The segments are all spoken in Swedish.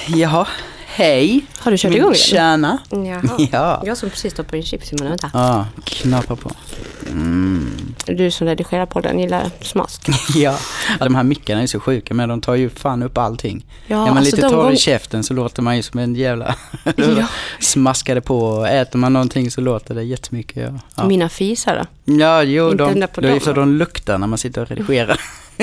Jaha, hej. Har du kört igång? Tjena. Jaha. Ja. Jag som precis stoppar in chips i munnen. Vänta. Ja, knappa på. Du som redigerar podden gillar smask. Ja, de här mickarna är så sjuka, men de tar ju fan upp allting. Ja, är man alltså lite torr i käften så låter man ju som en jävla smaskade på. Äter man någonting så låter det jättemycket. Ja. Mina fisar då? Ja, jo, Inte det är för de luktar när man sitter och redigerar.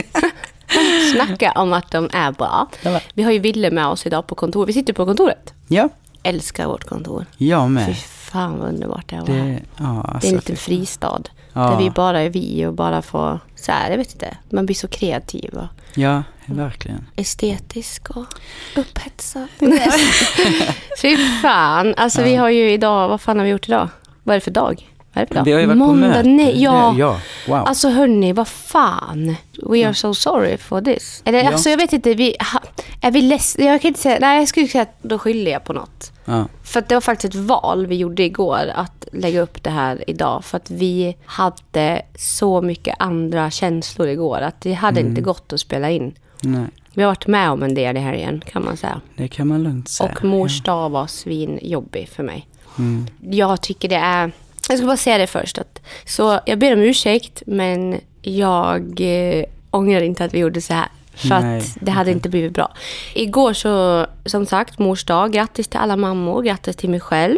Snacka om att de är bra. Vi har ju Ville med oss idag på kontor. Vi sitter på kontoret. Ja. Älskar vårt kontor. Jag med. Fy fan vad underbart det är. Alltså, det är en liten fristad. Ja. Där vi bara är vi och bara får så här, jag vet inte. Man blir så kreativ och verkligen. estetisk och upphetsad. Fy fan. Alltså vi har ju idag, vad fan har vi gjort idag? Vad är det för dag? Vi har ju varit på möte. Nej, ja, wow. Alltså hörni, vad fan. We are so sorry for this. Eller, alltså jag vet inte, är vi ledsna? Jag kan inte säga, nej jag skulle säga att då skyller jag på något. Ja. För att det var faktiskt ett val vi gjorde igår att lägga upp det här idag. För att vi hade så mycket andra känslor igår att det hade inte gått att spela in. Nej. Vi har varit med om en del det här igen, kan man säga. Det kan man lugnt säga. Och mors dag var svinjobbig för mig. Jag tycker det är... Jag ska bara säga det först. Så jag ber om ursäkt, men jag ångrar inte att vi gjorde så här. För att det hade inte blivit bra. Igår så, som sagt, mors dag. Grattis till alla mammor. Grattis till mig själv.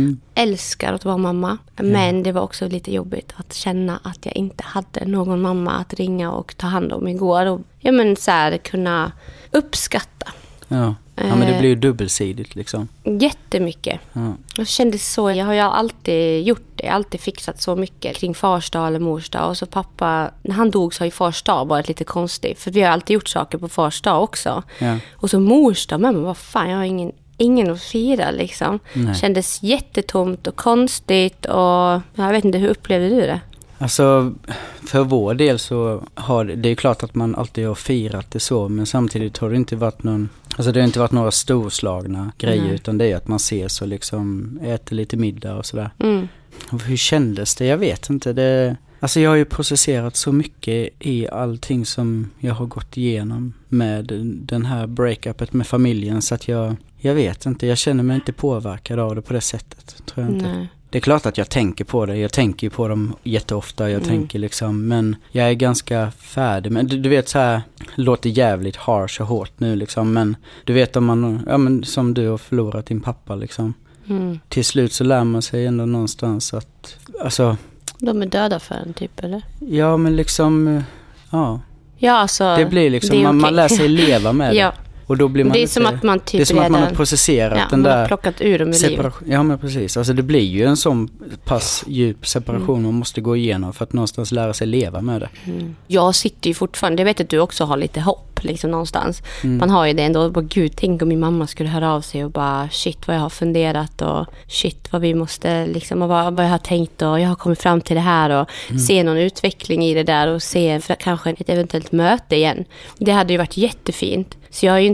Älskar att vara mamma. Men det var också lite jobbigt att känna att jag inte hade någon mamma att ringa och ta hand om igår. Och så här, kunna uppskatta. Ja, men det blir ju dubbelsidigt liksom. Jättemycket. Ja. Jag kände så, jag har ju alltid gjort det. Jag har alltid fixat så mycket kring fars dag eller mors dag. Och så pappa, när han dog så har ju fars dag varit lite konstig. För vi har alltid gjort saker på fars dag också. Ja. Och så mors dag, men vad fan, jag har ingen att fira liksom. Nej. Kändes jättetomt och konstigt. Och jag vet inte, hur upplevde du det? Alltså, för vår del så har det är klart att man alltid har firat det så, men samtidigt har det inte varit det har inte varit några storslagna grejer, utan det är att man ses och liksom äter lite middag och sådär. Och hur kändes det? Jag vet inte. Alltså jag har ju processerat så mycket i allting som jag har gått igenom med den här breakupet med familjen, så att jag vet inte, jag känner mig inte påverkad av det på det sättet, tror jag inte. Nej. Det är klart att jag tänker på det. Jag tänker på dem jätteofta. Jag tänker liksom, men jag är ganska färdig. Men du vet så här, låter jävligt harsh och hårt nu liksom. Men du vet om man, som du har förlorat din pappa liksom. Till slut så lär man sig ändå någonstans att, alltså. De är döda för en typ, eller? Ja, men liksom, ja. Ja, alltså. Det blir liksom, man lär sig leva med det. Ja. Och då blir man det är som att man typ det är som att man har processerat den där, man har plockat ur dem i livet. Ja, men precis. Alltså det blir ju en sån pass djup separation man måste gå igenom för att någonstans lära sig leva med det. Jag sitter ju fortfarande, jag vet att du också har lite hopp liksom någonstans. Man har ju det ändå, bara gud, tänk om min mamma skulle höra av sig och bara shit vad jag har funderat och shit vad vi måste liksom, och vad jag har tänkt och jag har kommit fram till det här och se någon utveckling i det där och se kanske ett eventuellt möte igen. Det hade ju varit jättefint. Så jag har ju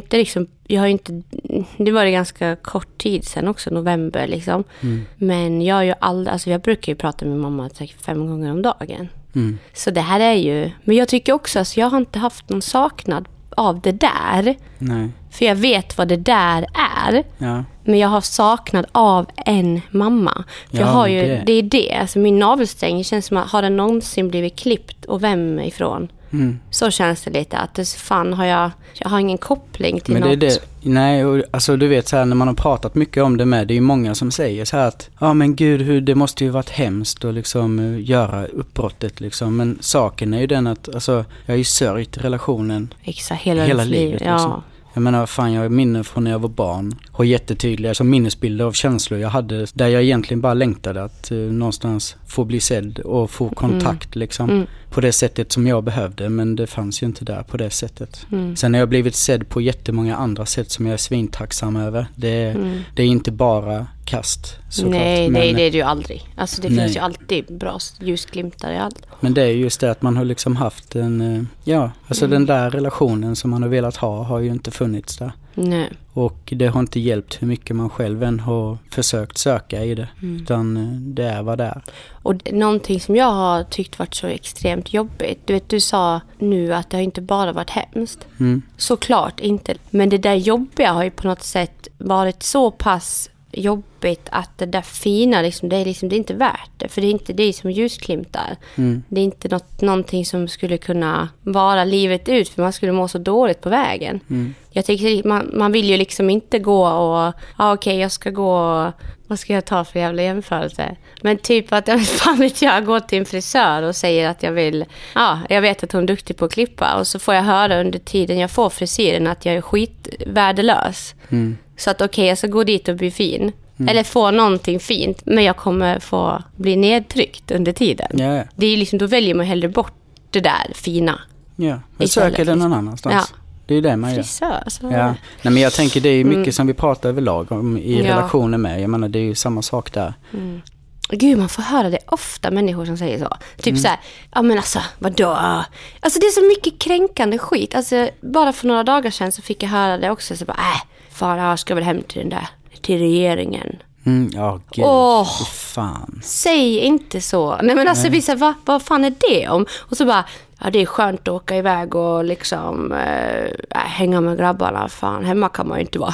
inte, det var det ganska kort tid sedan också, november liksom. Men jag har ju aldrig, alltså jag brukar ju prata med min mamma 5 gånger om dagen. Så det här är ju, men jag tycker också att jag har inte haft någon saknad av det där. Nej. För jag vet vad det där är. Ja. Men jag har saknad av en mamma. För jag har ju, det är det. Alltså min navelsträng känns som att har den någonsin blivit klippt och vem ifrån? Så känns det lite att fan jag har ingen koppling till men något. Det. Nej, alltså du vet så här, när man har pratat mycket om det med, det är ju många som säger så här att men gud, det måste ju varit hemskt att liksom göra uppbrottet liksom, men saken är ju den att alltså, jag har ju sörjt relationen hela livet liksom. Jag menar, fan, jag har minnen från när jag var barn. Och jättetydliga som minnesbilder av känslor jag hade. Där jag egentligen bara längtade att någonstans få bli sedd och få kontakt liksom. På det sättet som jag behövde. Men det fanns ju inte där på det sättet. Sen har jag blivit sedd på jättemånga andra sätt som jag är svintacksam över. Det är inte bara kast. Såklart. Nej, det är det ju aldrig. Alltså det finns ju alltid bra ljusglimtar i allt. Men det är just det att man har liksom haft en, den där relationen som man har velat ha har ju inte funnits där. Nej. Och det har inte hjälpt hur mycket man själv än har försökt söka i det. Utan det är vad det är. Och någonting som jag har tyckt varit så extremt jobbigt. Du vet, du sa nu att det har inte bara varit hemskt. Såklart inte. Men det där jobbiga har ju på något sätt varit så pass jobbigt att det där fina det är inte värt det, för det är inte det som ljusklimtar. Det är inte någonting som skulle kunna vara livet ut, för man skulle må så dåligt på vägen. Jag tycker man vill ju liksom inte gå och jag ska gå, vad ska jag ta för jävla jämförelse? Men typ att jag går till en frisör och säger att jag vill, jag vet att hon är duktig på att klippa, och så får jag höra under tiden jag får frisyren att jag är skitvärdelös. Så att jag ska gå dit och bli fin. Eller få någonting fint. Men jag kommer få bli nedtryckt under tiden. Ja. Det är liksom, då väljer man hellre bort det där fina. Ja, jag söker det någon annanstans. Ja. Det är det man gör. Frisör, så. Ja. Nej, men jag tänker det är mycket som vi pratar överlag om i relationer med. Jag menar det är ju samma sak där. Gud, man får höra det ofta, människor som säger så. Typ så här, men alltså, vadå? Alltså det är så mycket kränkande skit. Alltså bara för några dagar sedan så fick jag höra det också. Så bara, fan, jag ska väl hem till regeringen. Gud, fan. Säg inte så. Nej, men alltså vi säger, vad fan är det om? Och så bara, det är skönt att åka iväg och liksom hänga med grabbarna. Fan, hemma kan man ju inte vara.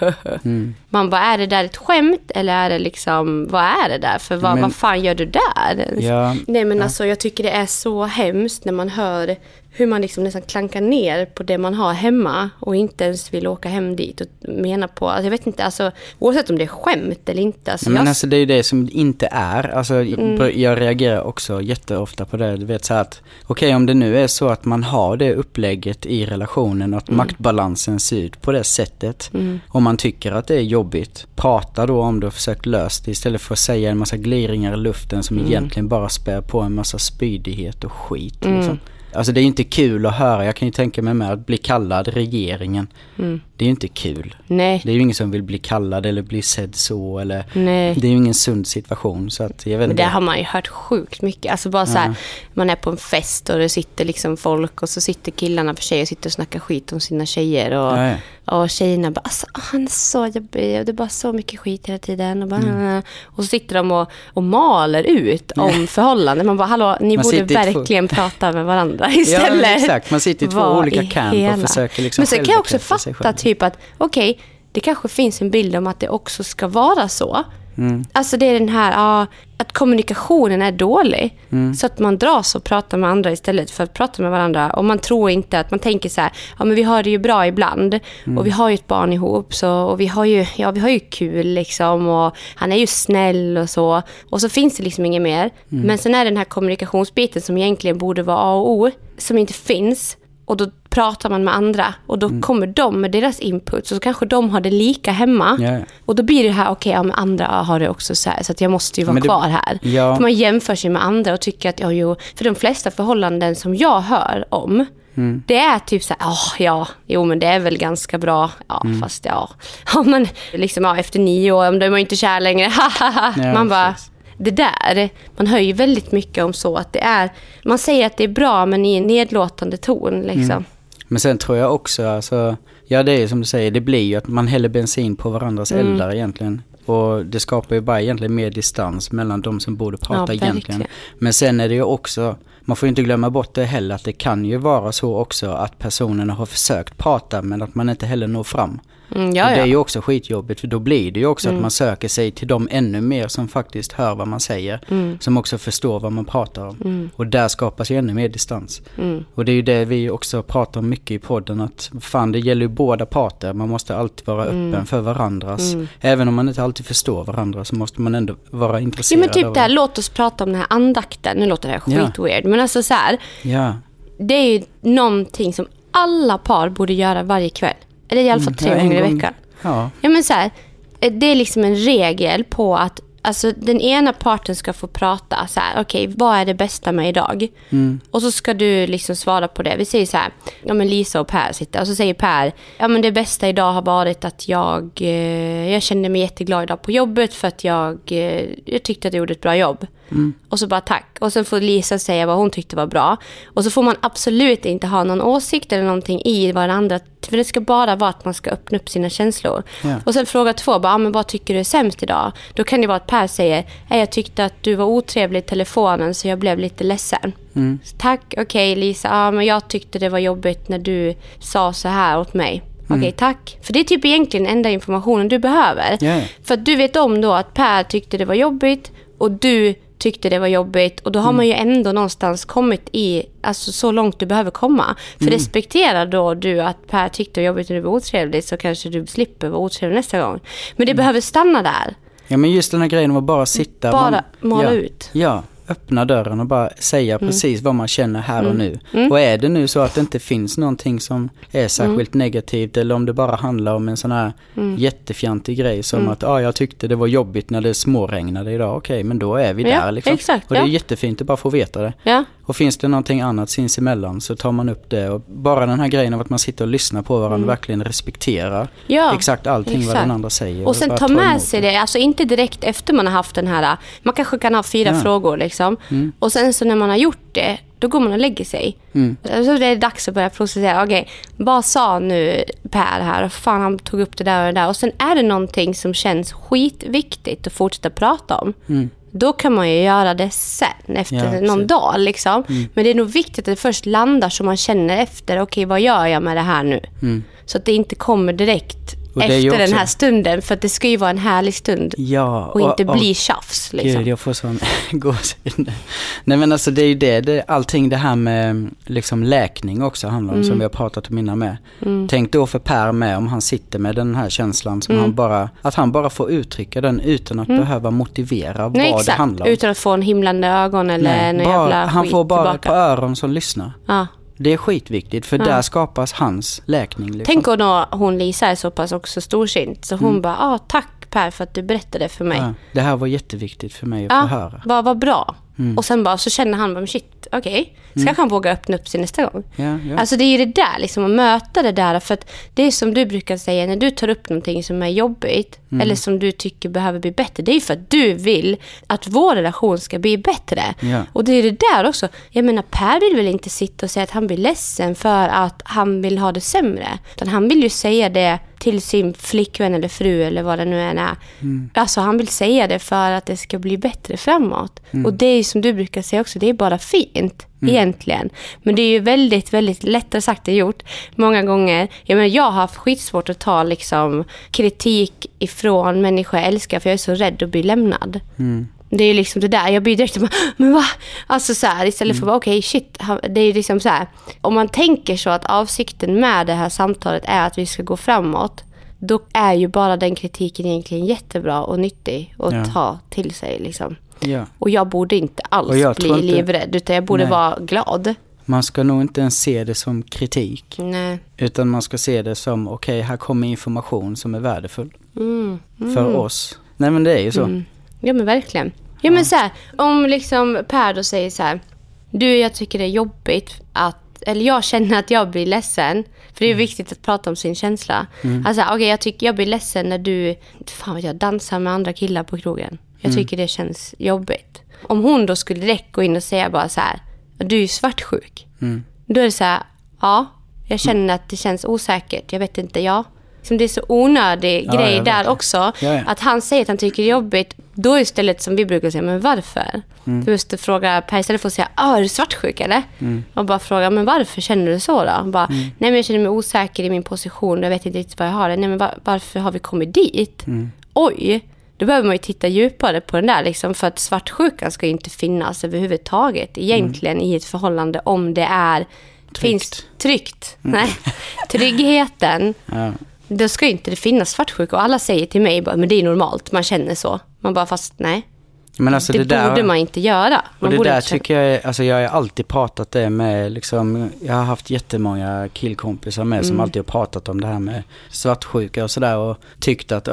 Man bara, är det där ett skämt? Eller är det liksom, vad är det där? För vad fan gör du där? Ja. Nej, men alltså jag tycker det är så hemskt när man hör hur man liksom nästan klankar ner på det man har hemma och inte ens vill åka hem dit och mena på, alltså jag vet inte, alltså oavsett om det är skämt eller inte. Alltså, men alltså det är ju det som inte är, alltså jag reagerar också jätteofta på det, du vet så att om det nu är så att man har det upplägget i relationen och att maktbalansen ser ut på det sättet och man tycker att det är jobbigt, prata då om det och försök lösa det istället för att säga en massa gliringar i luften som egentligen bara spär på en massa spydighet och skit liksom. Alltså det är ju inte kul att höra. Jag kan ju tänka mig med att bli kallad regeringen. Det är ju inte kul. Nej. Det är ju ingen som vill bli kallad eller bli sedd så. Eller, nej. Det är ju ingen sund situation. Så att, jag vet inte. Det har man ju hört sjukt mycket. Alltså bara så här, man är på en fest och det sitter liksom folk och så sitter killarna för sig och sitter och snackar skit om sina tjejer. Och tjejerna bara, alltså, han är så jobbig och det är bara så mycket skit hela tiden. Och, bara, och så sitter de och maler ut om förhållanden. Man bara, hallå, ni borde verkligen prata med varandra istället. Ja, exakt. Man sitter i två olika camp och försöker liksom. Men så kan jag också fatta typ att, det kanske finns en bild om att det också ska vara så. Alltså det är den här att kommunikationen är dålig så att man dras och pratar med andra istället för att prata med varandra, och man tror inte att man tänker så här, men vi har det ju bra ibland och vi har ju ett barn ihop och vi har ju kul liksom, och han är ju snäll och så finns det liksom inget mer, men sen är den här kommunikationsbiten som egentligen borde vara A och O som inte finns. Och då pratar man med andra och då kommer de med deras input, så kanske de har det lika hemma. Yeah. Och då blir det här, men andra har det också så här, så att jag måste ju vara kvar här. Ja. För man jämför sig med andra och tycker att för de flesta förhållanden som jag hör om, det är typ så här, men det är väl ganska bra. Fast men liksom efter 9 år, om de är inte kär längre. Man bara... Precis. Det där, man hör ju väldigt mycket om så att det är, man säger att det är bra men i en nedlåtande ton liksom. Men sen tror jag också, alltså, det är som du säger, det blir ju att man häller bensin på varandras eldar egentligen. Och det skapar ju bara egentligen mer distans mellan de som borde prata egentligen. Men sen är det ju också, man får ju inte glömma bort det heller, att det kan ju vara så också att personerna har försökt prata men att man inte heller når fram. Det är ju också skitjobbigt, för då blir det ju också att man söker sig till dem ännu mer som faktiskt hör vad man säger, som också förstår vad man pratar om. Och där skapas ju ännu mer distans. Och det är ju det vi också pratar om mycket i podden, att fan, det gäller ju båda parter. Man måste alltid vara öppen för varandras. Även om man inte alltid förstår varandra så måste man ändå vara intresserad. Men typ där, låt oss prata om den här andakten. Nu låter det här skitweird, men alltså så här, det är ju någonting som alla par borde göra varje kväll. Eller i alla fall 3 gånger i veckan. Ja, men så här, det är liksom en regel på att Alltså den ena parten ska få prata så här, okej, vad är det bästa med idag? Och så ska du liksom svara på det. Vi säger så här, ja men Lisa och Per sitter. Och så säger Per, ja men det bästa idag har varit att jag kände mig jätteglad idag på jobbet för att jag tyckte att jag gjorde ett bra jobb. Och så bara tack. Och sen får Lisa säga vad hon tyckte var bra. Och så får man absolut inte ha någon åsikt eller någonting i vad den andra, för det ska bara vara att man ska öppna upp sina känslor. Och sen fråga 2, bara, men vad tycker du är sämst idag? Då kan det vara att Per säger, jag tyckte att du var otrevlig i telefonen så jag blev lite ledsen. Tack, okej Lisa, men jag tyckte det var jobbigt när du sa så här åt mig. Okej, tack. För det är typ egentligen enda informationen du behöver. För att du vet om då att Per tyckte det var jobbigt och du tyckte det var jobbigt, och då har man ju ändå någonstans kommit i, alltså så långt du behöver komma. För respekterar då du att Per tyckte det var jobbigt när du var otrevlig, så kanske du slipper vara otrevlig nästa gång. Men det behöver stanna där. Ja, men just den här grejen var bara sitta. Bara måla ut. Ja, öppna dörren och bara säga precis vad man känner här och nu. Och är det nu så att det inte finns någonting som är särskilt negativt, eller om det bara handlar om en sån här jättefjantig grej som att jag tyckte det var jobbigt när det småregnade idag. Okej, men då är vi där liksom. Exakt, och det är jättefint att bara få veta det. Ja. Och finns det någonting annat sinsemellan så tar man upp det. Och bara den här grejen av att man sitter och lyssnar på varandra, verkligen respekterar exakt allting vad den andra säger. Och sen ta med sig det, alltså inte direkt efter man har haft den här, man kanske kan ha 4 frågor liksom. Och sen så när man har gjort det, då går man och lägger sig. Så det är dags att börja processera. Okej, vad sa nu Per här? Fan, han tog upp det där och det där. Och sen är det någonting som känns skitviktigt att fortsätta prata om. Då kan man ju göra det sen efter någon dag liksom. Men det är nog viktigt att det först landar så man känner efter, okej, vad gör jag med det här nu? Så att det inte kommer direkt efter den här stunden, för att det ska ju vara en härlig stund och inte bli tjafs liksom. Gud, jag får sån gåshud. Nej, men alltså det är ju allting det här med liksom läkning också handlar om, som vi har pratat om innan med. Tänk då för Per med, om han sitter med den här känslan som han bara får uttrycka den utan att behöva motivera vad det handlar om. Utan att få en himlande ögon eller en jävla skit. Han får bara tillbaka. på öron som lyssnar. Ja. Det är skitviktigt, för där skapas hans läkning. Liksom. Tänk om hon Lisa är så pass också storsint. Så hon bara, tack Per för att du berättade för mig. Ja, det här var jätteviktigt för mig att få höra. Vad bra. Och sen bara så känner han bara, shit, okej. Ska han våga öppna upp sig nästa gång? Ja. Alltså det är ju det där, liksom att möta det där. För att det är som du brukar säga, när du tar upp någonting som är jobbigt eller som du tycker behöver bli bättre. Det är ju för att du vill att vår relation ska bli bättre. Ja. Och det är det där också. Jag menar, Per vill väl inte sitta och säga att han blir ledsen för att han vill ha det sämre. Utan han vill ju säga det till sin flickvän eller fru eller vad det nu än är. Alltså han vill säga det för att det ska bli bättre framåt. Och det är ju som du brukar säga också, det är bara fint egentligen. Men det är ju väldigt, väldigt lättare sagt än gjort. Många gånger, jag har haft skitsvårt att ta liksom kritik ifrån människor jag älskar, för jag är så rädd att bli lämnad. Det är ju liksom det där, jag blir direkt men va? Alltså så här, istället för okej, shit, det är ju liksom så här, om man tänker så att avsikten med det här samtalet är att vi ska gå framåt, då är ju bara den kritiken egentligen jättebra och nyttig att ta till sig liksom. Ja. Och jag borde inte alls bli livrädd, utan jag borde vara glad. Man ska nog inte ens se det som kritik. Nej. Utan man ska se det som, okej, här kommer information som är värdefull för oss. Nej, men det är ju så. Ja, men verkligen. Ja, men så här, om liksom Per då säger så här, jag tycker det är jobbigt eller jag känner att jag blir ledsen, för det är viktigt att prata om sin känsla. Alltså, jag blir ledsen när du dansar med andra killar på krogen. Jag tycker det känns jobbigt. Om hon då skulle direkt gå in och säga bara så här, du är ju svartsjuk. Då är det så här, jag känner att det känns osäkert. Jag vet inte, Som det är så onödig grej där också. Ja. Att han säger att han tycker det är jobbigt. Då är istället som vi brukar säga, men varför? Du måste fråga Per istället för att säga, är du svartsjuk eller? Och bara fråga, men varför känner du så då? Bara, nej, men jag känner mig osäker i min position. Jag vet inte riktigt vad jag har. Nej, men varför har vi kommit dit? Oj, då behöver man ju titta djupare på den där liksom, för att svartsjukan ska ju inte finnas överhuvudtaget egentligen i ett förhållande om det är finns tryggt. Nej, tryggheten. Då ska ju inte det finnas svartsjuka, och alla säger till mig bara, men det är normalt, man känner så. Man bara, fast nej. Men alltså det borde man inte göra. Och det där tycker jag, alltså jag har alltid pratat det med liksom, jag har haft jättemånga killkompisar med som alltid har pratat om det här med svartsjuka och sådär och tyckt att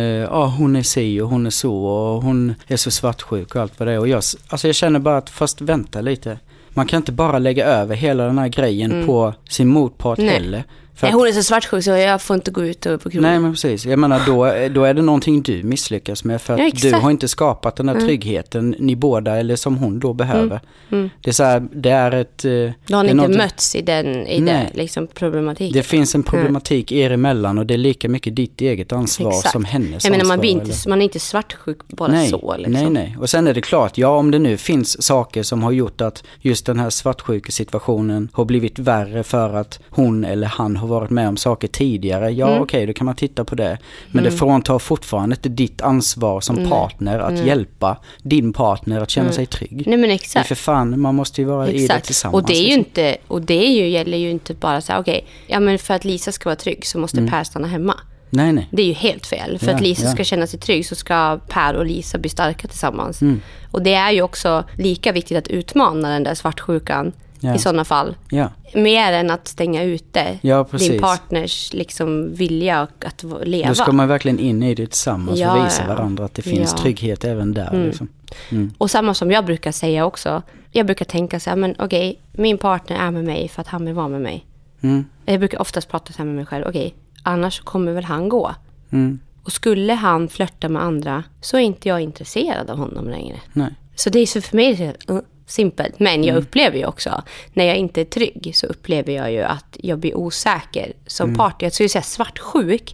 hon är si och hon är så och hon är så svartsjuk och allt vad det är. Och jag känner bara att fast vänta lite. Man kan inte bara lägga över hela den här grejen på sin motpart heller. Nej, hon är så svartsjuk så jag får inte gå ut på krogen. Nej, men precis. Jag menar, då är det någonting du misslyckas med för att du har inte skapat den här tryggheten ni båda eller som hon då behöver. Det är så här, det är ett... Då har ni inte mötts i den liksom problematiken. Det finns en problematik er emellan och det är lika mycket ditt eget ansvar som hennes ansvar. Man är inte svartsjuk bara så. Liksom. Nej. Och sen är det klart, om det nu finns saker som har gjort att just den här svartsjuka situationen har blivit värre för att hon eller han har varit med om saker tidigare. Okej, då kan man titta på det. Men det fråntar fortfarande inte ditt ansvar som partner att hjälpa din partner att känna sig trygg. Nej, men exakt. För fan, man måste ju vara i det tillsammans. Och det är ju inte, gäller ju inte bara så här, men för att Lisa ska vara trygg så måste Per stanna hemma. Nej. Det är ju helt fel. För att Lisa ska känna sig trygg så ska Per och Lisa bli starka tillsammans. Och det är ju också lika viktigt att utmana den där svartsjukan i sådana fall. Mer än att stänga ute din partners liksom vilja att leva. Då ska man verkligen in i det tillsammans och visa varandra att det finns trygghet även där. Liksom. Och samma som jag brukar säga också. Jag brukar tänka så här, men okej, min partner är med mig för att han vill vara med mig. Jag brukar oftast prata så här med mig själv. Okej, annars kommer väl han gå. Och skulle han flirta med andra så är inte jag intresserad av honom längre. Nej. Så det är så för mig simpelt. Men jag upplever ju också, när jag inte är trygg så upplever jag ju att jag blir osäker som part. Jag skulle säga svartsjuk.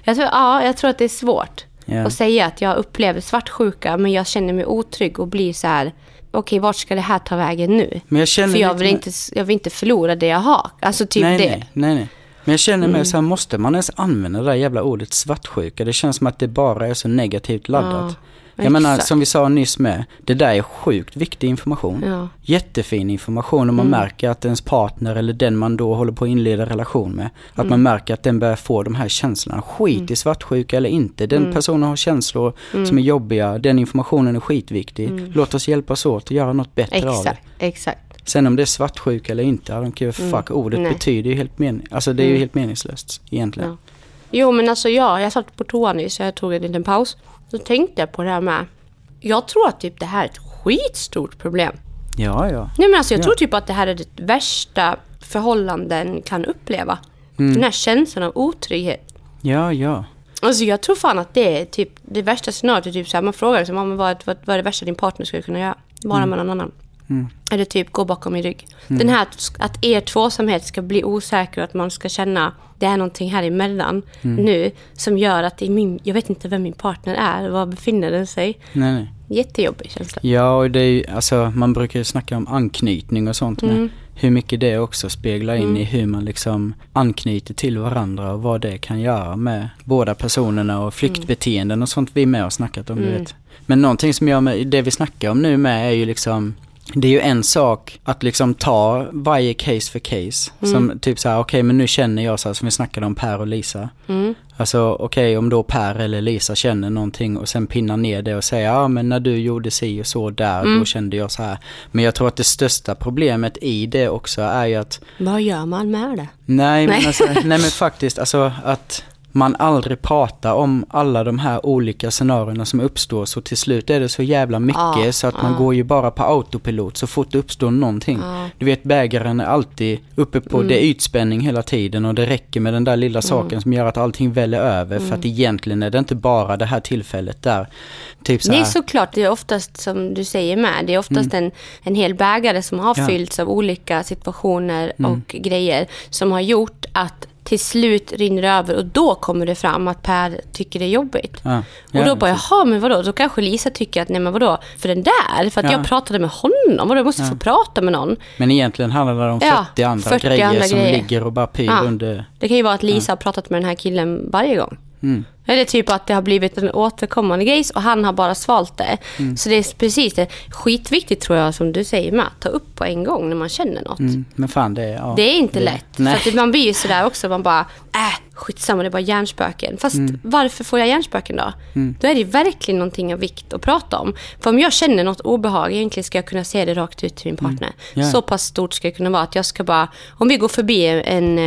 Jag tror att det är svårt att säga att jag upplever svartsjuka, men jag känner mig otrygg och blir så här, okej, vart ska det här ta vägen nu? Men jag känner jag vill inte förlora det jag har. Alltså typ nej. Men jag känner mig så här, måste man ens använda det där jävla ordet svartsjuka? Det känns som att det bara är så negativt laddat. Jag menar, som vi sa nyss med, det där är sjukt viktig information. Jättefin information om man märker att ens partner eller den man då håller på att inleda relation med, att man märker att den börjar få de här känslorna. Skit i svartsjuka eller inte. Den personen har känslor som är jobbiga. Den informationen är skitviktig. Låt oss hjälpas åt och göra något bättre av det. Exakt. Sen om det är svartsjuka eller inte, I don't give a fuck. Ordet betyder ju helt det är ju helt meningslöst egentligen. Ja. Jo, men alltså jag satt på toan nyss så jag tog en liten paus. Så tänkte jag på det här med, jag tror att typ det här är ett skitstort problem. Ja. Nej, men alltså jag tror typ att det här är det värsta förhållanden kan uppleva. Den här känslan av otrygghet. Ja. Alltså jag tror fan att det är typ det värsta scenariot. Typ så här, man frågar sig, vad är det värsta din partner skulle kunna göra? Vara med någon annan. Eller typ gå bakom min rygg. Den här att er tvåsamhet ska bli osäker och att man ska känna det är någonting här emellan nu som gör att jag vet inte vem min partner är. Var befinner den sig? Nej. Jättejobbig känsla. Ja, och det är ju, alltså, man brukar ju snacka om anknytning och sånt med hur mycket det också speglar in i hur man liksom anknyter till varandra och vad det kan göra med båda personerna och flyktbeteenden och sånt vi är med och snackat om, du vet. Men någonting som det vi snackar om nu med är ju liksom, det är ju en sak att liksom ta varje case för case. Som typ så här, okej, men nu känner jag så här, som vi snackade om Per och Lisa. Alltså okej, om då Per eller Lisa känner någonting och sen pinnar ner det och säger, men när du gjorde si och så där, då kände jag så här. Men jag tror att det största problemet i det också är ju att... Vad gör man med det? Nej, men faktiskt, alltså att... man aldrig pratar om alla de här olika scenarierna som uppstår, så till slut är det så jävla mycket så att man går ju bara på autopilot så fort det uppstår någonting. Du vet, bägaren är alltid uppe på det är ytspänning hela tiden och det räcker med den där lilla saken som gör att allting väller över för att egentligen är det inte bara det här tillfället där typ så här. Nej, såklart, det är oftast som du säger med, det är oftast en hel bägare som har fyllts av olika situationer och grejer som har gjort att till slut rinner över och då kommer det fram att Per tycker det är jobbigt. Och då bara, jaha, men vadå? Då kanske Lisa tycker att, nej men vadå? För den där, för att jag pratade med honom och då måste få prata med någon. Men egentligen handlar det om 40 andra grejer som ligger och bara pyr under... Det kan ju vara att Lisa har pratat med den här killen varje gång. Eller typ att det har blivit en återkommande grej och han har bara svalt det. Så det är precis det. Skitviktigt tror jag som du säger med att ta upp på en gång när man känner något. Men fan det är inte lätt. Nej. För att man blir ju sådär också, man bara skitsamma, det är bara hjärnspöken. Fast varför får jag hjärnspöken då? Då är det verkligen någonting av vikt att prata om. För om jag känner något obehag, egentligen ska jag kunna se det rakt ut till min partner. Så pass stort ska det kunna vara att jag ska bara, om vi går förbi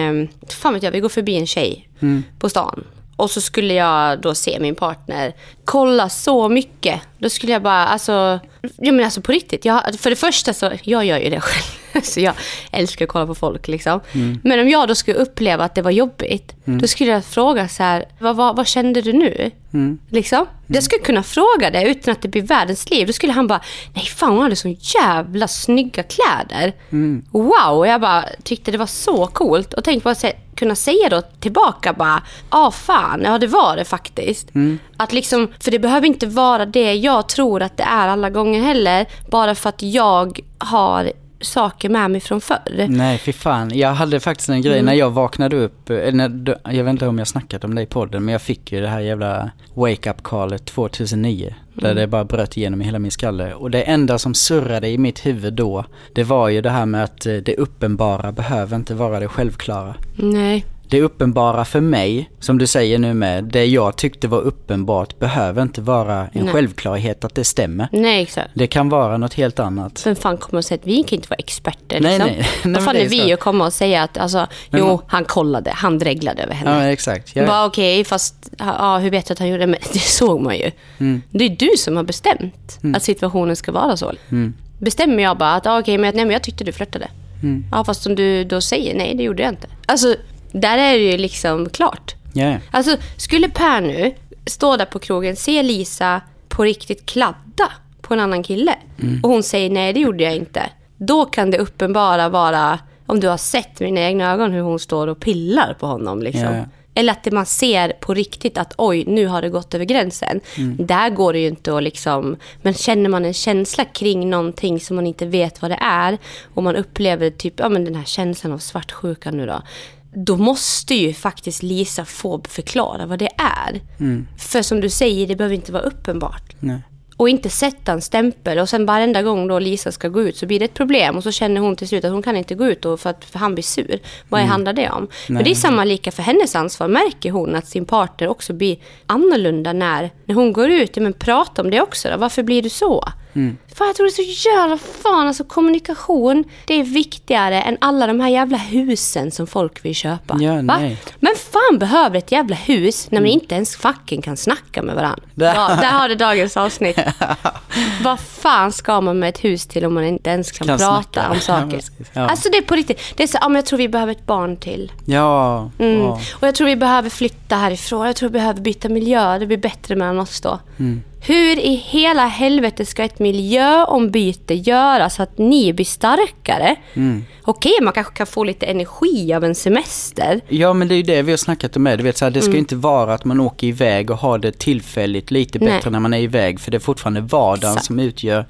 vi går förbi en tjej på stan. Och så skulle jag då se min partner kolla så mycket. Då skulle jag bara, alltså på riktigt. För det första så, jag gör ju det själv. Så jag älskar att kolla på folk liksom. Men om jag då skulle uppleva att det var jobbigt, då skulle jag fråga så här, vad kände du nu? Liksom. Jag skulle kunna fråga det utan att det blir världens liv. Då skulle han bara, nej fan, hon hade så jävla snygga kläder. Wow, och jag bara tyckte det var så coolt. Och tänkte på att kunna säga då tillbaka bara, fan, ja det var det faktiskt. Att liksom, för det behöver inte vara det jag tror att det är alla gånger heller, bara för att jag har saker med mig från förr. Nej, för fan. Jag hade faktiskt en grej när jag vaknade upp. Jag vet inte om jag snackat om det i podden, men jag fick ju det här jävla wake-up-callet 2009. Där det bara bröt igenom i hela min skalle. Och det enda som surrade i mitt huvud då, det var ju det här med att det uppenbara behöver inte vara det självklara. Nej. Det uppenbara för mig, som du säger nu med, det jag tyckte var uppenbart behöver inte vara en självklarhet att det stämmer. Nej, exakt. Det kan vara något helt annat. Vem fan kommer att säga att vi kan inte vara experter? Nej, liksom? nej. Vad fan är vi att komma och säga att han kollade, han dreglade över henne. Ja, exakt. Ja. Bara okej, fast hur vet du att han gjorde det? Men det såg man ju. Det är du som har bestämt att situationen ska vara så. Bestämmer jag bara att men jag tyckte du flörtade. Ja, fast om du då säger nej, det gjorde jag inte. Alltså, där är det ju liksom klart. Yeah. Alltså, skulle Per nu stå där på krogen, se Lisa på riktigt kladda på en annan kille och hon säger nej, det gjorde jag inte. Då kan det uppenbara vara, om du har sett med dina egna ögon hur hon står och pillar på honom liksom. Yeah. Eller att man ser på riktigt att oj, nu har det gått över gränsen. Där går det ju inte att liksom, men känner man en känsla kring någonting som man inte vet vad det är och man upplever typ, den här känslan av svartsjuka nu då måste ju faktiskt Lisa få förklara vad det är. För som du säger, det behöver inte vara uppenbart. Nej. Och inte sätta en stämpel och sen varenda gång då Lisa ska gå ut så blir det ett problem och så känner hon till slut att hon kan inte gå ut för han blir sur. Vad handlar det om? Nej. Men det är samma lika för hennes ansvar. Märker hon att sin partner också blir annorlunda när hon går ut? Men prata om det också då. Varför blir du så? Fan, jag tror det är så jävla alltså kommunikation, det är viktigare än alla de här jävla husen som folk vill köpa. Ja, nej. Men fan behöver ett jävla hus när man inte ens fucking kan snacka med varandra. Där har det dagens avsnitt. Vad fan ska man med ett hus till om man inte ens kan prata om saker? Ja. Alltså det är på riktigt. Det är så, jag tror vi behöver ett barn till. Ja. Och jag tror vi behöver flytta härifrån. Jag tror vi behöver byta miljö. Det blir bättre mellan oss då. Hur i hela helvete ska ett miljöombyte göra så att ni blir starkare? Okej, man kanske kan få lite energi av en semester. Ja, men det är ju det vi har snackat om. Du vet, så här, det ska inte vara att man åker iväg och har det tillfälligt lite bättre när man är iväg. För det är fortfarande vardagen som utgör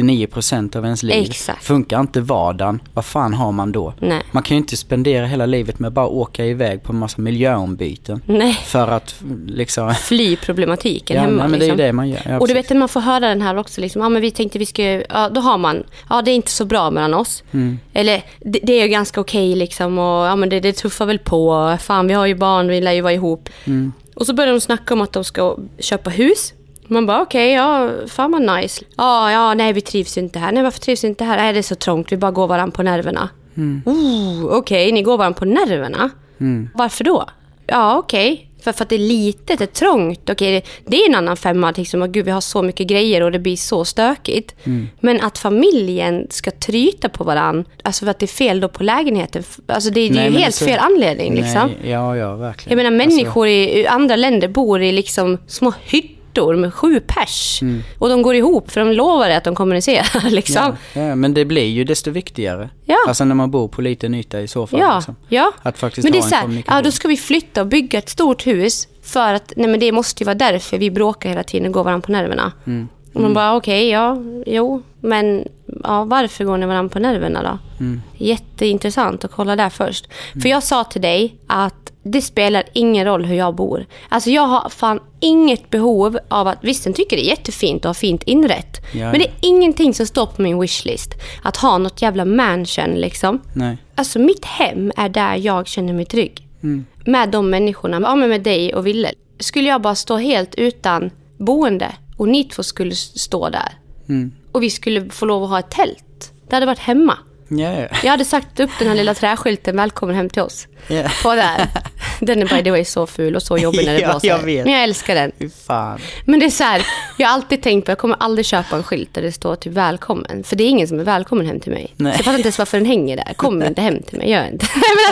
99% av ens liv. Exakt. Funkar inte vardagen, vad fan har man då? Nej. Man kan ju inte spendera hela livet med att bara åka iväg på en massa miljöombyten. Nej. För att liksom fly problematiken hemma. Nej, men det är ju det man gör. Ja, och du vet, man får höra den här också liksom, men vi tänkte vi ska, då har man, det är inte så bra mellan oss. Eller det är ju ganska okej liksom, och men det tuffar väl på, fan vi har ju barn, vi lär ju vara ihop. Och så börjar de snacka om att de ska köpa hus. Man bara okej, fan vad nice. Nej, vi trivs inte här. Nej, varför trivs inte här? Nej, det är så trångt, vi bara går varandra på nerverna. Okej, ni går varandra på nerverna. Varför då? Ja, okej. För att det är litet, det är trångt. Okej, det är en annan femma. Liksom, gud, vi har så mycket grejer och det blir så stökigt. Men att familjen ska tryta på varann, alltså för att det är fel då på lägenheten. Alltså det är ju helt fel anledning. Liksom. Nej, ja, verkligen. Jag menar, människor i andra länder bor i liksom små hytter med 7 pers. Och de går ihop för de lovar att de kommunicerar. Liksom. Ja, men det blir ju desto viktigare. Ja. Alltså när man bor på liten yta i så fall. Ja, liksom. ja. Att faktiskt men det ha är så här, en kommunikation. då ska vi flytta och bygga ett stort hus för att, men det måste ju vara därför vi bråkar hela tiden och går varandra på nerverna. Och man bara, okej, men varför går ni varandra på nerverna då? Jätteintressant att kolla där först. För jag sa till dig att det spelar ingen roll hur jag bor. Alltså jag har fan inget behov av att, visst den tycker det är jättefint och har fint inrätt. Ja. Men det är ingenting som står på min wishlist. Att ha något jävla mansion liksom. Nej. Alltså mitt hem är där jag känner mig trygg. Med de människorna, men med dig och Ville. Skulle jag bara stå helt utan boende och ni två skulle stå där. Och vi skulle få lov att ha ett tält. Det hade varit hemma. Yeah. Jag hade sagt upp den här lilla träskylten, välkommen hem till oss. Yeah. På där. Den är by the way så ful och så jobbig när det blåser. Jag vet. Men jag älskar den. Fy fan. Men det är så här, jag har alltid tänkt på, jag kommer aldrig köpa en skylt där det står typ välkommen. För det är ingen som är välkommen hem till mig. Nej. Så jag fattar inte ens varför den hänger där. Kom inte hem till mig, gör inte.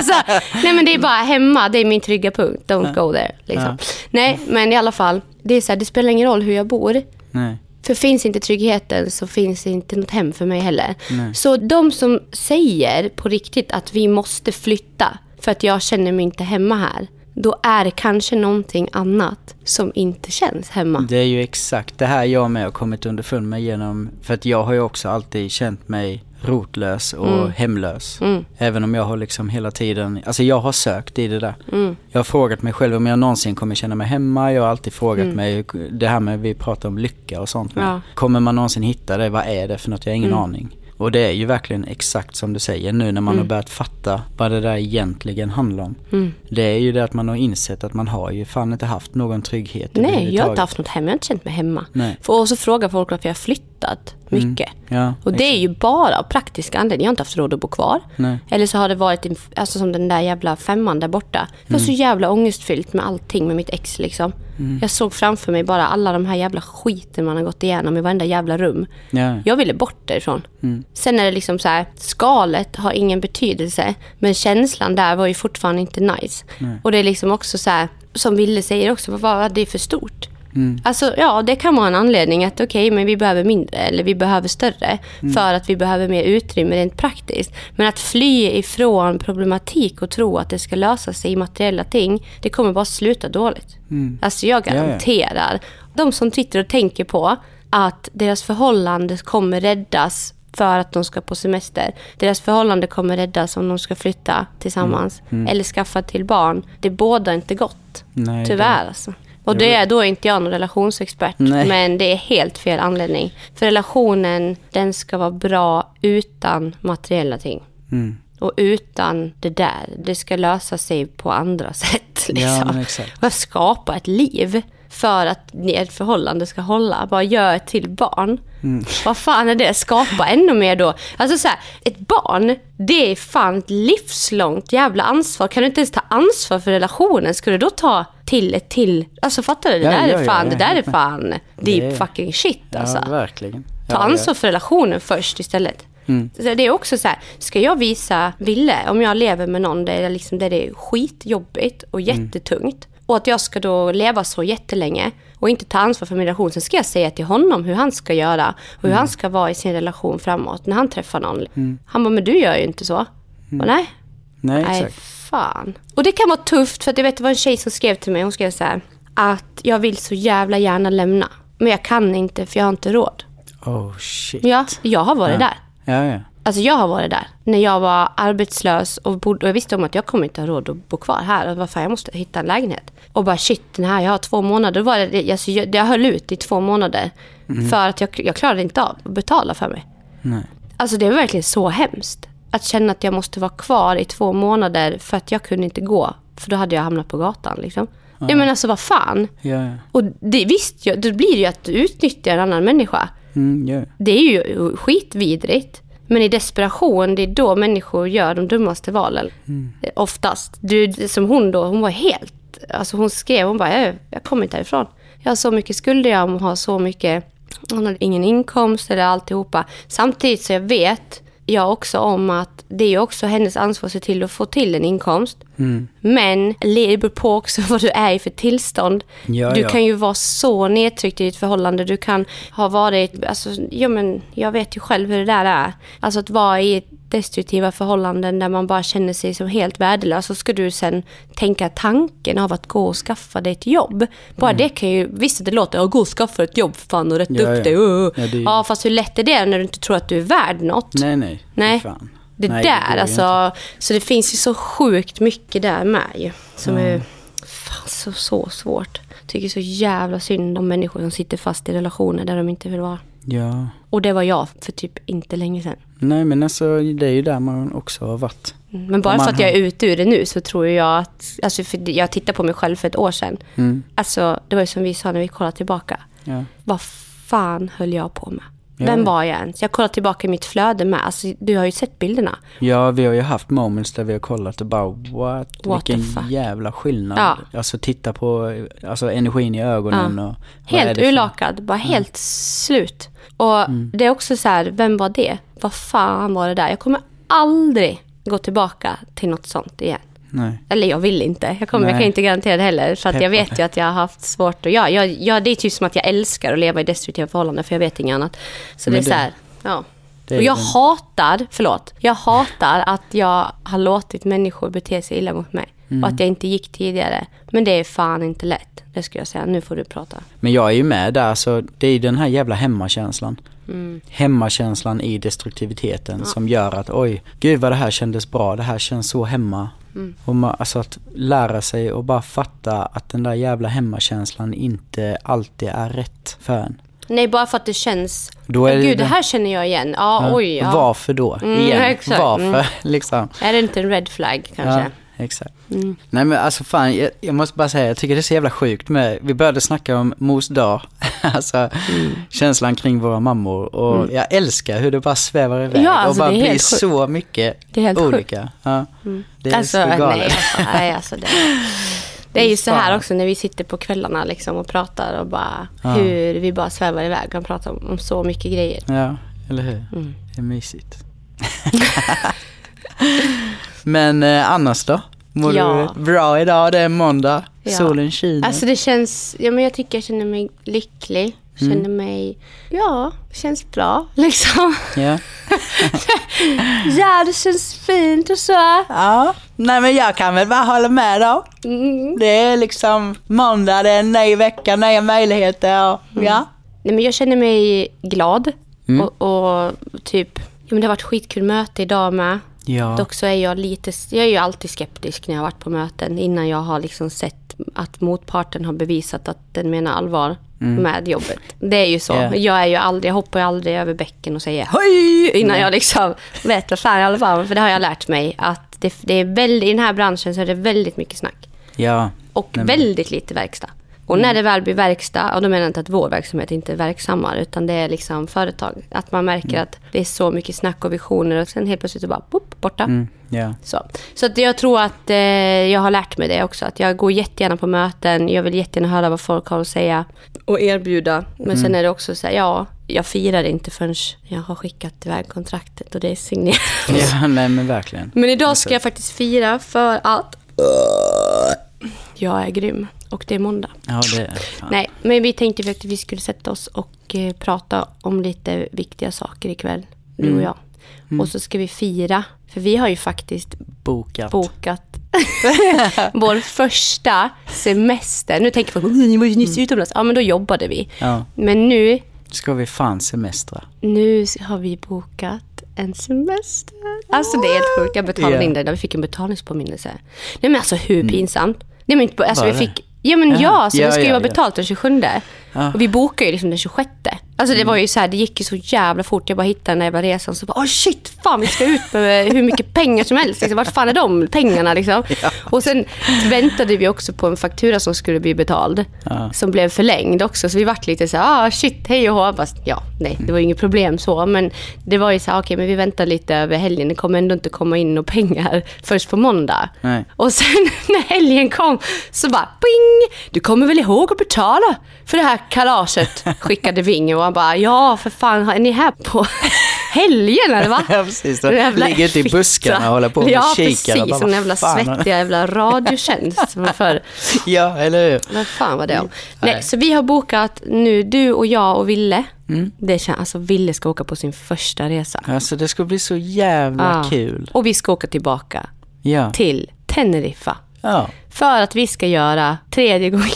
Nej men det är bara hemma, det är min trygga punkt. Don't go there. Liksom. Nej, men i alla fall, det är så här, det spelar ingen roll hur jag bor. Nej. För finns inte tryggheten så finns inte något hem för mig heller. Nej. Så de som säger på riktigt att vi måste flytta för att jag känner mig inte hemma här, då är det kanske någonting annat som inte känns hemma. Det är ju exakt det här jag med har kommit underfund med genom, för att jag har ju också alltid känt mig rotlös och hemlös. Även om jag har liksom hela tiden, alltså jag har sökt i det där. Jag har frågat mig själv om jag någonsin kommer känna mig hemma. Jag har alltid frågat mig, det här med vi pratar om lycka och sånt. Ja. Kommer man någonsin hitta det? Vad är det för något? Jag har ingen aning. Och det är ju verkligen exakt som du säger nu när man har börjat fatta vad det där egentligen handlar om. Det är ju det att man har insett att man har ju fan inte haft någon trygghet. Nej, jag har inte haft något hem. Jag har inte känt mig hemma. Och så frågar folk varför jag har flyttat mycket. Ja, och det är ju bara av praktiska anledningar. Jag har inte haft råd att bo kvar. Nej. Eller så har det varit alltså som den där jävla 5:an där borta. Det var så jävla ångestfyllt med allting med mitt ex liksom. Jag såg framför mig bara alla de här jävla skiten man har gått igenom i varenda jävla rum. Ja. Jag ville bort därifrån. Sen är det liksom så här, skalet har ingen betydelse, men känslan där var ju fortfarande inte nice. Och det är liksom också så här, som Ville säger också, vad det är för stort. Alltså ja, det kan vara en anledning att okej, men vi behöver mindre eller vi behöver större för att vi behöver mer utrymme rent praktiskt. Men att fly ifrån problematik och tro att det ska lösa sig i materiella ting, det kommer bara sluta dåligt. Alltså jag garanterar de som sitter och tänker på att deras förhållande kommer räddas för att de ska på semester. Deras förhållande kommer räddas om de ska flytta tillsammans eller skaffa till barn. Det båda inte gott. Nej, tyvärr alltså. Och då är inte jag någon relationsexpert. Nej. Men det är helt fel anledning. För relationen, den ska vara bra utan materiella ting. Och utan det där. Det ska lösa sig på andra sätt. Liksom. Ja, men exakt. Och skapa ett liv för att ett förhållande ska hålla. Bara gör ett till barn. Vad fan är det? Skapa ännu mer då. Alltså så här, ett barn, det är fan ett livslångt jävla ansvar. Kan du inte ens ta ansvar för relationen? Ska du då ta till? Alltså fattar du? Det där är fan deep fucking shit alltså. Ja, verkligen. Ta ansvar för relationen först istället. Så det är också så här, ska jag visa Ville om jag lever med någon där det är skitjobbigt och jättetungt och att jag ska då leva så jättelänge och inte ta ansvar för min relation, sen ska jag säga till honom hur han ska göra och hur han ska vara i sin relation framåt när han träffar någon. Han bara, men du gör ju inte så. Och Nej, exakt. Fan. Och det kan vara tufft för att jag vet det var en tjej som skrev till mig, hon skrev så här att jag vill så jävla gärna lämna men jag kan inte för jag har inte råd. Oh shit. Ja, jag har varit där. Ja. Alltså jag har varit där när jag var arbetslös och jag visste om att jag kommer inte ha råd att bo kvar här och varför jag måste hitta en lägenhet. Och bara shit, den här, jag har 2 månader. Var det, alltså, jag höll ut i 2 månader för att jag klarade inte av att betala för mig. Nej. Alltså det är verkligen så hemskt att känna att jag måste vara kvar i 2 månader för att jag kunde inte gå. För då hade jag hamnat på gatan liksom. Ja. Men alltså vad fan? Ja. Och det visst ju, då blir det ju att du utnyttjar en annan människa. Det är ju skitvidrigt. Men i desperation, det är då människor gör de dummaste valen. Oftast. Som hon då, hon var helt... Alltså hon skrev, hon bara, jag kommer inte härifrån. Jag har så mycket skulder, jag har så mycket... Hon hade ingen inkomst eller alltihopa. Samtidigt så jag vet jag också om att det är ju också hennes ansvar att se till att få till en inkomst. Men det beror på också vad du är i för tillstånd. Du kan ju vara så nedtryckt i ditt förhållande. Du kan ha varit, alltså, men jag vet ju själv hur det där är. Alltså att vara i destruktiva förhållanden där man bara känner sig som helt värdelös, så ska du sen tänka tanken av att gå och skaffa dig ett jobb. Bara det kan ju, visst att det låter, gå och skaffa ett jobb för fan och rätta upp dig. Ja, fast hur lätt är det när du inte tror att du är värd något? Nej. Fan. Det där, alltså, så det finns ju så sjukt mycket där med ju, som är fan, så svårt. Jag tycker så jävla synd om människor som sitter fast i relationer där de inte vill vara. Ja. Och det var jag för typ inte länge sedan. Nej, men alltså det är ju där man också har varit. Men bara för att jag är ute ur det nu så tror jag att, alltså för jag tittade på mig själv för ett år sedan. Alltså det var ju som vi sa när vi kollade tillbaka. Ja. Vad fan höll jag på med? Vem var jag ens? Jag kollade tillbaka i mitt flöde med. Alltså, du har ju sett bilderna. Ja, vi har ju haft moments där vi har kollat och bara, vilken jävla skillnad. Ja. Alltså titta på energin i ögonen. Och helt urlakad, bara helt slut. Och det är också så här, vem var det? Vad fan var det där? Jag kommer aldrig gå tillbaka till något sånt igen. Nej. Eller jag vill inte. Jag kan inte garantera det heller. För att jag vet ju att jag har haft svårt att... det är typ som att jag älskar att leva i destruktiva förhållanden. För jag vet inget annat. Så men det är så här... Ja. Och jag hatar att jag har låtit människor bete sig illa mot mig. Och att jag inte gick tidigare. Men det är fan inte lätt. Det skulle jag säga. Nu får du prata. Men jag är ju med där. Så det är den här jävla hemmakänslan. Hemmakänslan i destruktiviteten som gör att oj, gud vad det här kändes bra. Det här känns så hemma. Och alltså att lära sig och bara fatta att den där jävla hemmakänslan inte alltid är rätt för en. Nej, bara för att det känns... Gud, det här känner jag igen. Oj. Varför då? Igen. Exakt. Varför? Liksom. Är det inte en red flag kanske? Ja, exakt. Nej, men alltså fan, jag måste bara säga, jag tycker det är så jävla sjukt med... Vi började snacka om mors dag. Alltså, känslan kring våra mammor. Och jag älskar hur det bara svävar iväg. Ja, alltså, och bara det är blir helt så mycket det är helt olika. Ja. Det är alltså, så galet. Nej, alltså det är ju så här också när vi sitter på kvällarna liksom och pratar och bara hur vi bara svävar iväg och pratar om så mycket grejer. Ja, eller hur? Det är mysigt. Men annars då? Mår du bra idag? Det är måndag. Solen skiner. Alltså det känns... Ja, men jag tycker jag känner mig lycklig. Känner mig... Ja, det känns bra liksom. Ja. Ja, det känns fint och så. Ja. Nej, men jag kan väl bara hålla med då. Det är liksom måndag, det är en ny vecka, nya möjligheter. Och, ja. Nej, men jag känner mig glad. Och typ... Ja, men det har varit skitkul möte idag med. Ja. Dock så är jag är ju alltid skeptisk när jag har varit på möten innan jag har liksom sett att motparten har bevisat att den menar allvar med jobbet. Det är ju så. Jag hoppar ju aldrig över bäcken och säger hej innan jag liksom vet vad fan i alla fall. För det har jag lärt mig att det är väldigt, i den här branschen så är det väldigt mycket snack. Ja. Och väldigt lite verkstad. Och när det väl blir verkstad, och då menar jag inte att vår verksamhet inte är verksammare, utan det är liksom företag. Att man märker att det är så mycket snack och visioner och sen helt plötsligt så bara borta. Så att jag tror att jag har lärt mig det också. Att jag går jättegärna på möten, jag vill jättegärna höra vad folk har att säga och erbjuda. Men sen är det också så här, jag firar inte förrän jag har skickat iväg kontraktet och det är signerat. Ja, nej men verkligen. Men idag ska jag faktiskt fira för att jag är grym. Och det är måndag. Ja, det är fan. Nej, men vi tänkte att vi skulle sätta oss och prata om lite viktiga saker ikväll. Du och jag. Och så ska vi fira. För vi har ju faktiskt bokat vår första semester. Nu tänker folk, ni var ju nyss utomlands. Ja, men då jobbade vi. Ja. Men nu... Ska vi fan semestra. Nu har vi bokat en semester. Alltså det är helt sjukt. Jag betalade in det där vi fick en betalningspåminnelse. Nej, men alltså hur pinsamt. Nej, men alltså vi fick... Ja, men så det ska ju vara betalt den 27. Och vi bokar ju liksom den 26. Alltså det var ju så här, det gick ju så jävla fort. Jag bara hittade den där jävla resan så bara, shit, fan vi ska ut med hur mycket pengar som helst. Liksom, vart fan är de pengarna liksom? Och sen väntade vi också på en faktura som skulle bli betald. Som blev förlängd också. Så vi vart lite så här, shit, hej och hå. Nej, det var ju inget problem så. Men det var ju så här, okej, men vi väntar lite över helgen. Det kommer ändå inte komma in några pengar först på måndag. Nej. Och sen när helgen kom så bara, ping! Du kommer väl ihåg att betala för det här kalaset, skickade Vinge. Och han bara, ja för fan, är ni här på helgerna, va? Ja, precis. Ligger ute i buskarna och håller på och kikar. Precis, och bara, som jävla svettiga jävla radiotjänst som för. Ja, eller hur? Vad fan var det om? Nej, så vi har bokat nu, du och jag och Ville. Det känns, alltså Ville ska åka på sin första resa. Alltså det ska bli så jävla kul. Och vi ska åka tillbaka till Teneriffa. Ja. För att vi ska göra 3:e gången.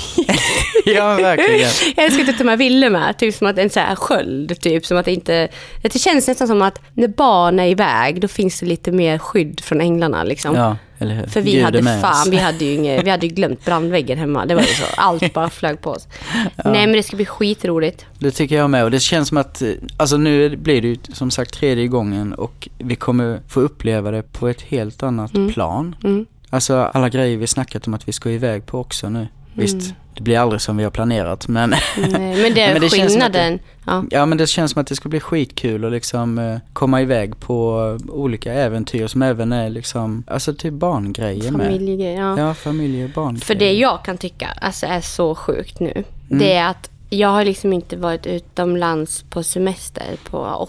Ja, verkligen. Jag ska inte ta med Ville med. Typ som att en så här sköld. Typ som att inte... Det känns nästan som att när barn är iväg, då finns det lite mer skydd från änglarna. Liksom. Ja, eller hur? För vi hade ju vi hade ju glömt brandväggen hemma. Det var ju så. Allt bara flög på oss. Ja. Nej, men det ska bli skitroligt. Det tycker jag med. Och det känns som att... Alltså nu blir det ju som sagt 3:e gången. Och vi kommer få uppleva det på ett helt annat plan. Alltså alla grejer vi snackat om att vi ska iväg på också nu. Visst, det blir aldrig som vi har planerat. Men, men det är men skillnaden. Ja, men det känns som att det ska bli skitkul och liksom komma iväg på olika äventyr som även är liksom, alltså typ barngrejer med. Familjegrejer, ja, familje- och barngrejer. För det jag kan tycka alltså är så sjukt nu, det är att jag har liksom inte varit utomlands på semester på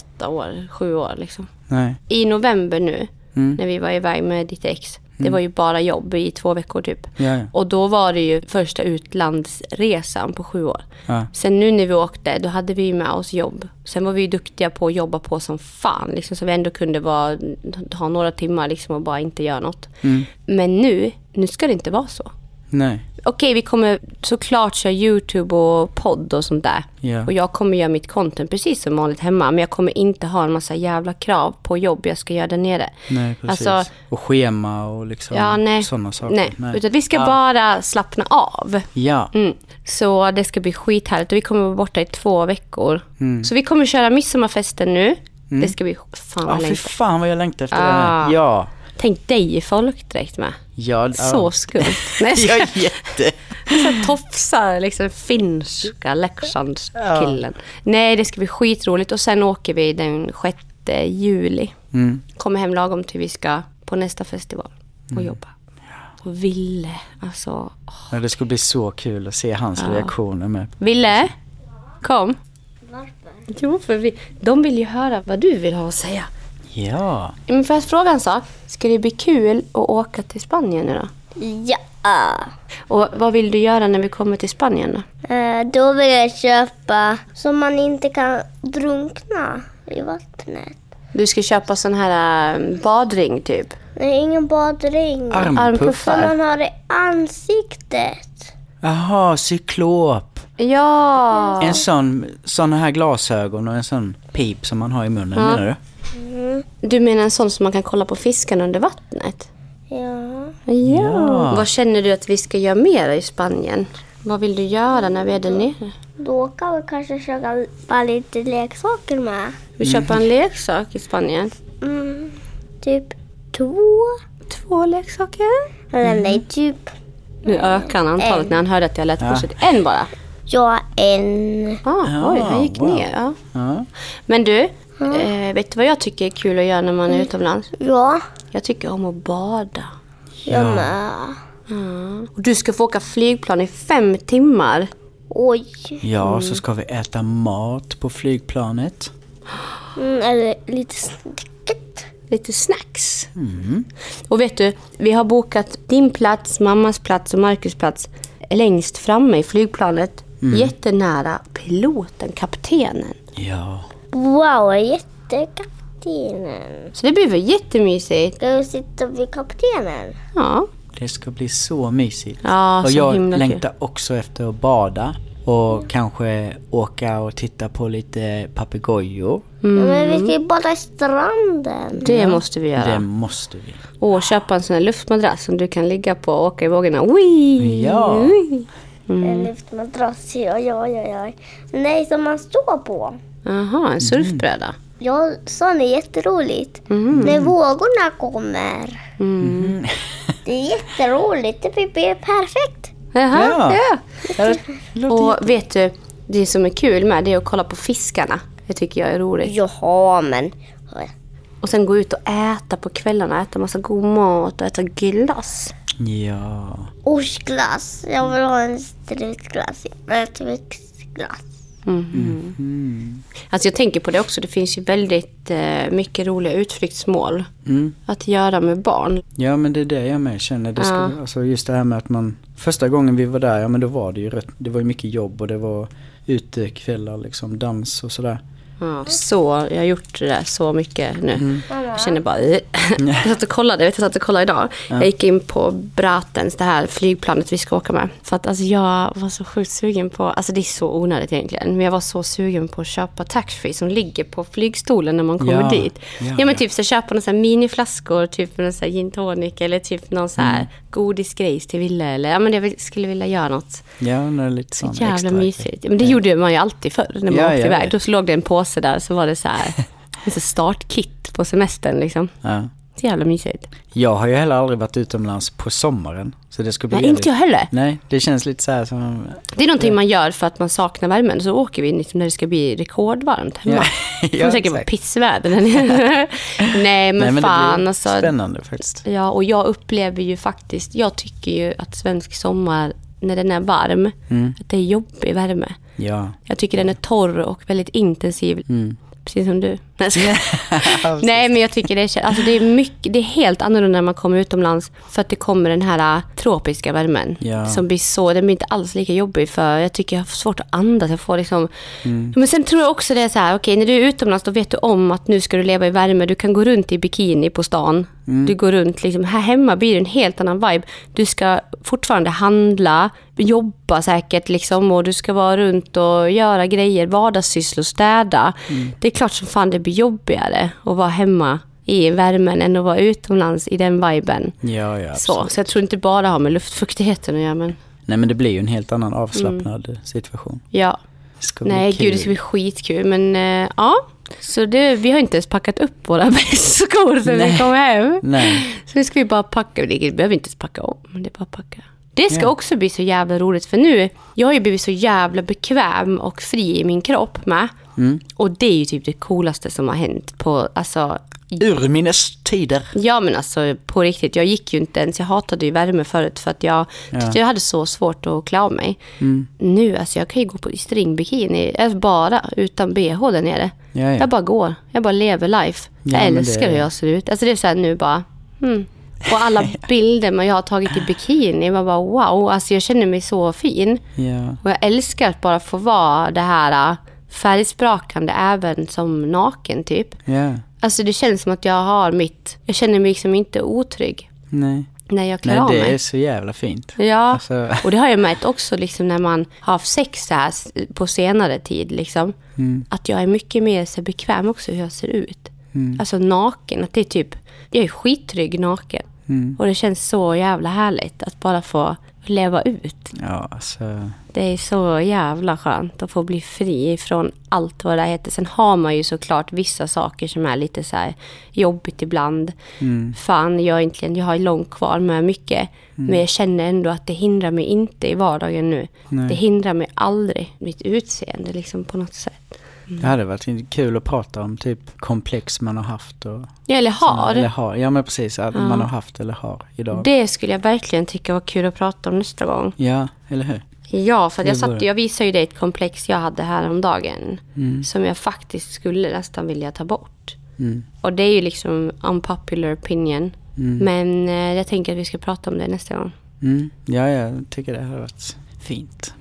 7 år liksom. Nej. I november nu, när vi var iväg med ditt ex, det var ju bara jobb i 2 veckor typ. Ja. Och då var det ju första utlandsresan på 7 år. Ja. Sen nu när vi åkte, då hade vi med oss jobb. Sen var vi ju duktiga på att jobba på som fan. Liksom, så vi ändå kunde ha några timmar liksom, och bara inte göra något. Men nu ska det inte vara så. Nej. Okej, vi kommer såklart köra YouTube och podd och sånt där. Yeah. Och jag kommer göra mitt content precis som vanligt hemma. Men jag kommer inte ha en massa jävla krav på jobb jag ska göra där nere. Nej, precis. Alltså, och schema och liksom sådana saker. Nej. Utan vi ska bara slappna av. Ja. Så det ska bli skithärligt. Och vi kommer vara borta i 2 veckor. Så vi kommer köra midsommarfesten nu. Det ska bli fan vad fy fan vad jag längtar efter det. Ja. Tänk dig i folkdräkt med. Ja, så skumt. Nej, jag är jätte. Så tofsar liksom finska Leksandskillen. Nej, det ska bli skitroligt. Och sen åker vi den 6 juli. Kommer hem lagom till vi ska på nästa festival och jobba. Och Ville, alltså. Ja, det ska bli så kul att se hans reaktioner med. Ville, kom. Varför? Jo, för de vill ju höra vad du vill ha att säga. Ja. Men för att fråga en sak. Ska det bli kul att åka till Spanien nu då? Ja. Och vad vill du göra när vi kommer till Spanien då? Då vill jag köpa så man inte kan drunkna i vattnet. Du ska köpa sån här badring typ? Nej, ingen badring. Armpuffar. Som man har i ansiktet. Jaha, cyklop. Ja. En sån här glasögon och en sån pip som man har i munnen, menar du? Du menar en sån som man kan kolla på fisken under vattnet? Ja. Vad känner du att vi ska göra mer i Spanien? Vad vill du göra när vi är där nere? Då kan vi kanske köpa lite leksaker med. Vi köper en leksak i Spanien. Typ 2 leksaker? Eller nej, typ. Nu ökar han antalet när han hörde att jag lät positivt. En bara? Ja, en. Oj, han gick ner. Ja. Men du, vet du vad jag tycker är kul att göra när man är utomlands? Ja. Jag tycker om att bada. Jag med. Och du ska få åka flygplan i 5 timmar. Oj. Ja, så ska vi äta mat på flygplanet. Eller lite snacks. Och vet du, vi har bokat din plats, mammas plats och Marcus plats längst framme i flygplanet. Jättenära piloten, kaptenen. Ja. Wow, jättekaptenen. Så det blir väl jättemysigt. Ska vi sitta vid kaptenen? Ja. Det ska bli så mysigt. Ja, och så jag himla längtar kul. också efter att bada. Och kanske åka och titta på lite papegojor. Men vi ska ju bada i stranden. Det måste vi göra. Det måste vi. Och köpa en sån här luftmadrass som du kan ligga på och åka i vågorna. Wee! Ja. En luftmadrass, ja. Nej, som man står på. Jaha, en surfbräda. Ja, sån är jätteroligt. När vågorna kommer. Det är jätteroligt. Det blir perfekt. Jaha, Ja. Och vet du, det som är kul med det är att kolla på fiskarna. Det tycker jag är roligt. Jaha, men... Och sen gå ut och äta på kvällarna. Äta massa god mat och äta glass. Ja. Orsglass. Jag vill ha en strutglass. Glass. Alltså jag tänker på det också. Det finns ju väldigt mycket roliga utflyktsmål att göra med barn. Ja, men det är det jag med känner. Det ska, alltså just det här med att man... Första gången vi var där, ja men då var det ju rätt... Det var ju mycket jobb och det var utekvällar liksom, dans och sådär. Ja, så jag har gjort det där så mycket nu. Jag känner bara... Jag satt och kollade idag. Jag gick in på Bratens, det här flygplanet vi ska åka med. För att alltså, jag var så sjukt sugen på... Alltså det är så onödigt egentligen. Men jag var så sugen på att köpa taxfree som ligger på flygstolen när man kommer dit. Ja, men typ så köpa någon så här miniflaskor, typ någon så här gin tonic eller typ någon så här godisgrejs till Ville. Eller ja, men jag skulle vilja göra något. Ja, det är lite sånt jävla extra. Mysigt. Men det gjorde man ju alltid förr när man åkte iväg. Då så låg det en påse där, så var det så här en startkit på semestern liksom. Ja. Så jävla mysigt. Jag har ju heller aldrig varit utomlands på sommaren. Så det ska bli inte jag heller. Nej, det känns lite så här som... Det är någonting man gör för att man saknar värmen. Så åker vi liksom när det ska bli rekordvarmt hemma. Det kommer säkert vara pissväder. Nej, men fan. Det alltså, spännande faktiskt. Ja, och jag upplever ju faktiskt... Jag tycker ju att svensk sommar, när den är varm, att det är jobbig värme. Ja. Jag tycker den är torr och väldigt intensiv. Precis som du. Nej, men jag tycker det är mycket, det är helt annorlunda när man kommer utomlands, för att det kommer den här tropiska värmen som blir så, den blir inte alls lika jobbig, för jag tycker jag har svårt att andas. Jag får liksom men sen tror jag också det är så här, okej, när du är utomlands då vet du om att nu ska du leva i värme. Du kan gå runt i bikini på stan. Du går runt liksom, här hemma blir det en helt annan vibe. Du ska fortfarande handla, jobba säkert liksom, och du ska vara runt och göra grejer, vardagssysslor, städa. Det är klart som fan det blir jobbigare att vara hemma i värmen än att vara utomlands i den viben. Ja, så jag tror inte bara har med luftfuktigheten att göra, men... Nej, men det blir ju en helt annan avslappnad situation. Ja. Nej, gud, det ska bli skitkul. Men ja, så vi har inte ens packat upp våra skor sen vi kom hem. Nej. Så nu ska vi bara packa. Det behöver vi inte ens packa om, men det är bara packa. Det ska också bli så jävla roligt, för nu, jag har ju blivit så jävla bekväm och fri i min kropp med. Och det är ju typ det coolaste som har hänt på, alltså... Urminnes tider. Ja, men alltså på riktigt, jag gick ju inte ens, jag hatade ju värme förut för att jag hade så svårt att klä av mig. Nu, alltså jag kan ju gå på stringbikini, alltså bara utan BH där nere. Jag bara går, jag bara lever life. Jag älskar hur jag ser ut. Alltså det är så här nu bara, Och alla bilder man jag har tagit i bikini, man bara wow, alltså jag känner mig så fin. Och jag älskar att bara få vara det här färgsprakande även som naken typ. Alltså det känns som att jag känner mig liksom inte otrygg. Nej. När jag klär av mig. Det är så jävla fint. Ja, alltså. Och det har jag märkt också liksom när man har haft sex så här på senare tid liksom. Att jag är mycket mer så bekväm också hur jag ser ut. Alltså naken, att det är typ, jag är skittrygg naken. Och det känns så jävla härligt att bara få leva ut. Ja, alltså... Det är så jävla skönt att få bli fri från allt vad det heter. Sen har man ju såklart vissa saker som är lite så här jobbigt ibland. Fan, jag har långt kvar med mycket. Men jag känner ändå att det hindrar mig inte i vardagen nu. Nej. Det hindrar mig aldrig, mitt utseende liksom på något sätt. Det hade varit kul att prata om typ komplex man har haft. Och eller har. Ja, men precis. Att man har haft eller har idag. Det skulle jag verkligen tycka var kul att prata om nästa gång. Ja, eller hur? Ja, för jag visade ju dig ett komplex jag hade här om dagen. Som jag faktiskt skulle nästan vilja ta bort. Och det är ju liksom unpopular opinion. Men jag tänker att vi ska prata om det nästa gång. Ja, jag tycker det har varit fint.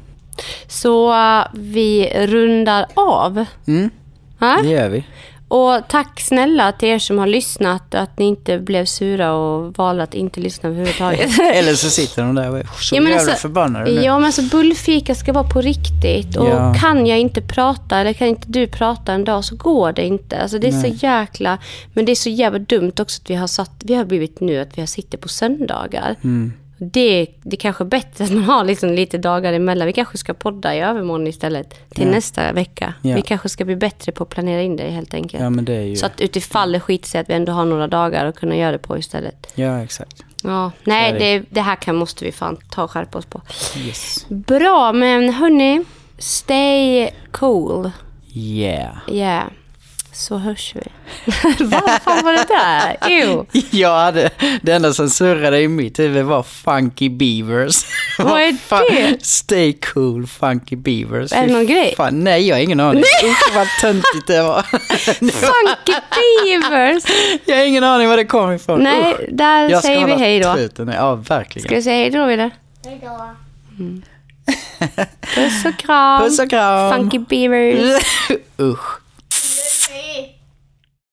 Så vi rundar av. Det gör vi. Och tack snälla till er som har lyssnat, att ni inte blev sura och valde att inte lyssna överhuvudtaget. Eller så sitter de där och är så jävla förbannade nu. Ja, men alltså bullfika ska vara på riktigt. Och kan jag inte prata, eller kan inte du prata en dag, så går det inte. Alltså det är så jäkla... Men det är så jävla dumt också att vi har blivit nu att vi sitter på söndagar. Det är kanske bättre att man har liksom lite dagar emellan. Vi kanske ska podda i övermorgon istället till nästa vecka. Vi kanske ska bli bättre på att planera in det helt enkelt. Ja, men det är ju... Så att utifall det skiter sig att vi ändå har några dagar att kunna göra det på istället. Ja, exakt. Ja, nej, det här måste vi fan ta och skärpa oss på. Yes. Bra, men hörni, stay cool. Yeah. Yeah. Så hörs vi. Vad fan var det där? Ew. Det enda som surrade i mitt huvud var Funky Beavers. Vad är det? Stay cool, Funky Beavers. Är det någon grej? Fan, nej, jag har ingen aning. Usch, vad töntigt det var. Funky Beavers. Jag har ingen aning var det kom ifrån. Nej, där säger vi hej då. Ja, verkligen. Ska vi säga hej då, Wille? Hej då. Puss och kram. Puss och kram. Funky Beavers. Usch.